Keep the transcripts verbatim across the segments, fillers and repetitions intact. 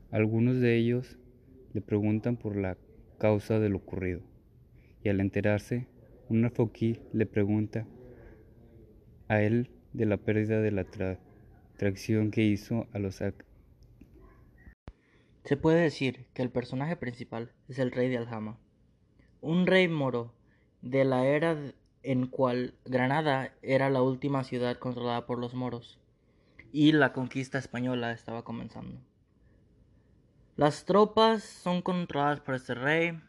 Algunos de ellos le preguntan por la causa de lo ocurrido, y al enterarse, un alfaquí le pregunta a él de la pérdida de la tra- tracción que hizo a los ac- Se puede decir que el personaje principal es el rey de Alhama, un rey moro de la era en cual Granada era la última ciudad controlada por los moros y la conquista española estaba comenzando. Las tropas son controladas por este rey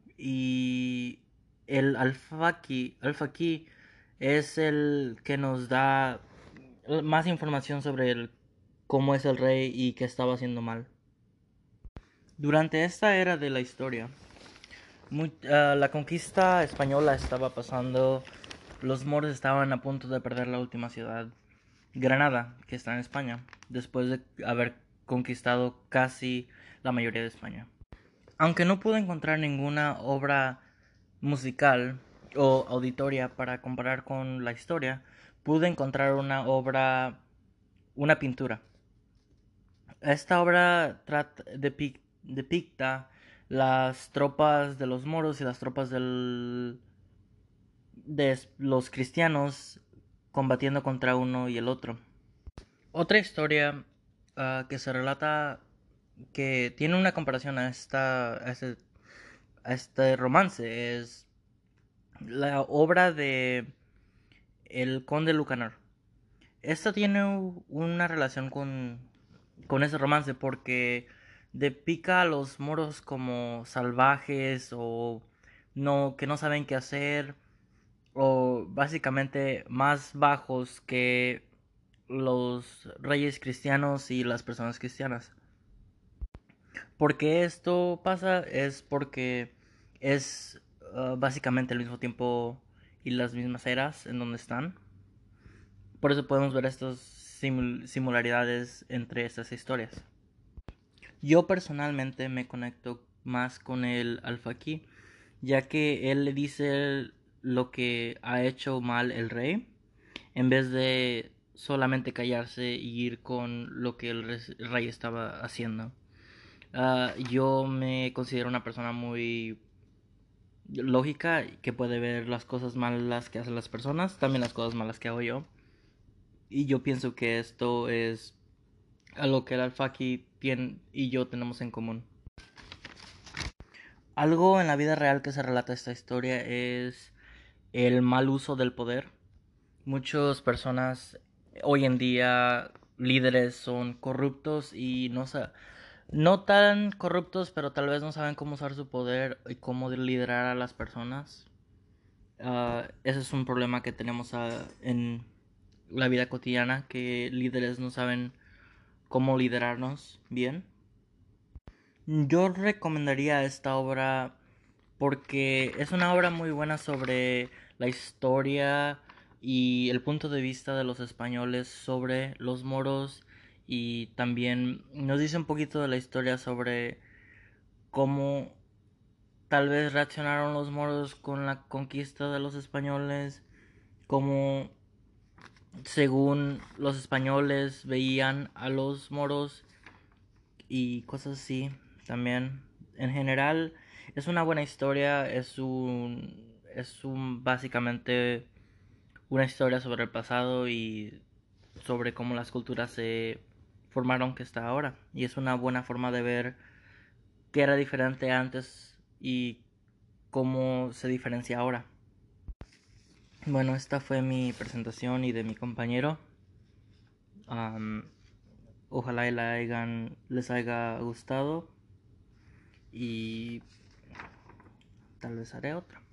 y el alfaqui, alfaqui es el que nos da más información sobre el, cómo es el rey y qué estaba haciendo mal. Durante esta era de la historia, muy, uh, la conquista española estaba pasando, los moros estaban a punto de perder la última ciudad, Granada, que está en España, después de haber conquistado casi la mayoría de España. Aunque no pude encontrar ninguna obra musical o auditoria para comparar con la historia, pude encontrar una obra, una pintura. Esta obra trata, depic, depicta las tropas de los moros y las tropas del, de los cristianos combatiendo contra uno y el otro. Otra historia uh, que se relata que tiene una comparación a, esta, a, este, a este romance es la obra de El Conde Lucanor. Esta tiene una relación con, con ese romance porque depica a los moros como salvajes o no, que no saben qué hacer o básicamente más bajos que los reyes cristianos y las personas cristianas. ¿Por qué esto pasa? Es porque es uh, básicamente el mismo tiempo y las mismas eras en donde están. Por eso podemos ver estas simul similaridades entre estas historias. Yo personalmente me conecto más con el alfaqui, ya que él le dice lo que ha hecho mal el rey, en vez de solamente callarse y ir con lo que el rey estaba haciendo. Uh, yo me considero una persona muy lógica que puede ver las cosas malas que hacen las personas, también las cosas malas que hago yo. Y yo pienso que esto es algo que el alfaqui y yo tenemos en común. Algo en la vida real que se relata esta historia es el mal uso del poder. Muchas personas hoy en día, líderes, son corruptos y no, no tan corruptos, pero tal vez no saben cómo usar su poder y cómo liderar a las personas. Uh, ese es un problema que tenemos uh, en la vida cotidiana, que líderes no saben cómo liderarnos bien. Yo recomendaría esta obra porque es una obra muy buena sobre la historia y el punto de vista de los españoles sobre los moros, y también nos dice un poquito de la historia sobre cómo tal vez reaccionaron los moros con la conquista de los españoles, cómo según los españoles veían a los moros y cosas así. También en general es una buena historia, es un es un básicamente una historia sobre el pasado y sobre cómo las culturas se formaron que está ahora, y es una buena forma de ver qué era diferente antes y cómo se diferencia ahora. Bueno, esta fue mi presentación y de mi compañero. Um, ojalá y la hayan, les haya gustado y tal vez haré otra.